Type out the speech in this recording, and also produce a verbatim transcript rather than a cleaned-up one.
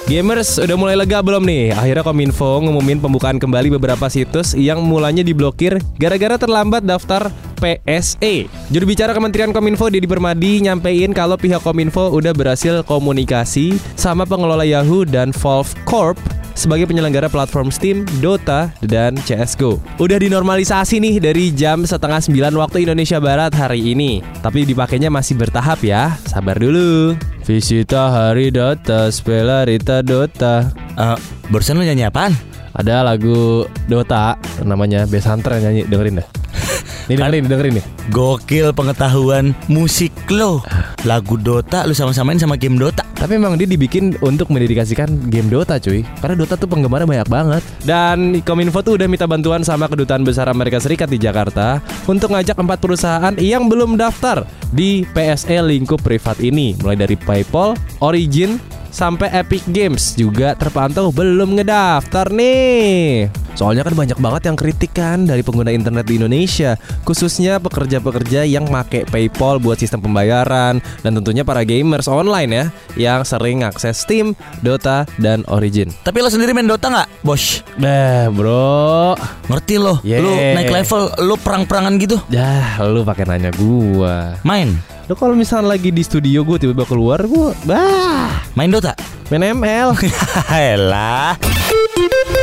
Gamers udah mulai lega belum nih? Akhirnya Kominfo ngumumin pembukaan kembali beberapa situs yang mulanya diblokir gara-gara terlambat daftar P S E. Juru bicara Kementerian Kominfo Deddy Permadi nyampein kalau pihak Kominfo udah berhasil komunikasi sama pengelola Yahoo dan Valve Corp sebagai penyelenggara platform Steam, Dota, dan C S G O. Udah dinormalisasi nih dari jam setengah sembilan waktu Indonesia Barat hari ini. Tapi dipakainya masih bertahap ya. Sabar dulu. Visita hari Dota, Spelarita Dota. Uh, barusan lu nyanyi apaan? Ada lagu Dota namanya Best Hunter yang nyanyi, dengerin dah. Nih dengerin, dengerin nih. Gokil pengetahuan musik lo. Lagu Dota lu sama-samain sama game Dota. Tapi memang dia dibikin untuk mendedikasikan game Dota cuy. Karena Dota tuh penggemarnya banyak banget. Dan Kominfo tuh udah minta bantuan sama Kedutaan Besar Amerika Serikat di Jakarta untuk ngajak empat perusahaan yang belum daftar di P S E lingkup privat ini. Mulai dari PayPal, Origin, sampai Epic Games juga terpantau belum ngedaftar nih. Soalnya kan banyak banget yang kritik kan dari pengguna internet di Indonesia, khususnya pekerja-pekerja yang make PayPal buat sistem pembayaran, dan tentunya para gamers online ya yang sering akses Steam, Dota, dan Origin. Tapi lo sendiri main Dota gak, Bos? Nah bro, ngerti lo, yeah. Lo naik level, lo perang-perangan gitu. Dah, lu pakai nanya gua. Main? Lo kalau misalnya lagi di studio gue tiba-tiba keluar, gue bah main Dota? Main M L. Elah.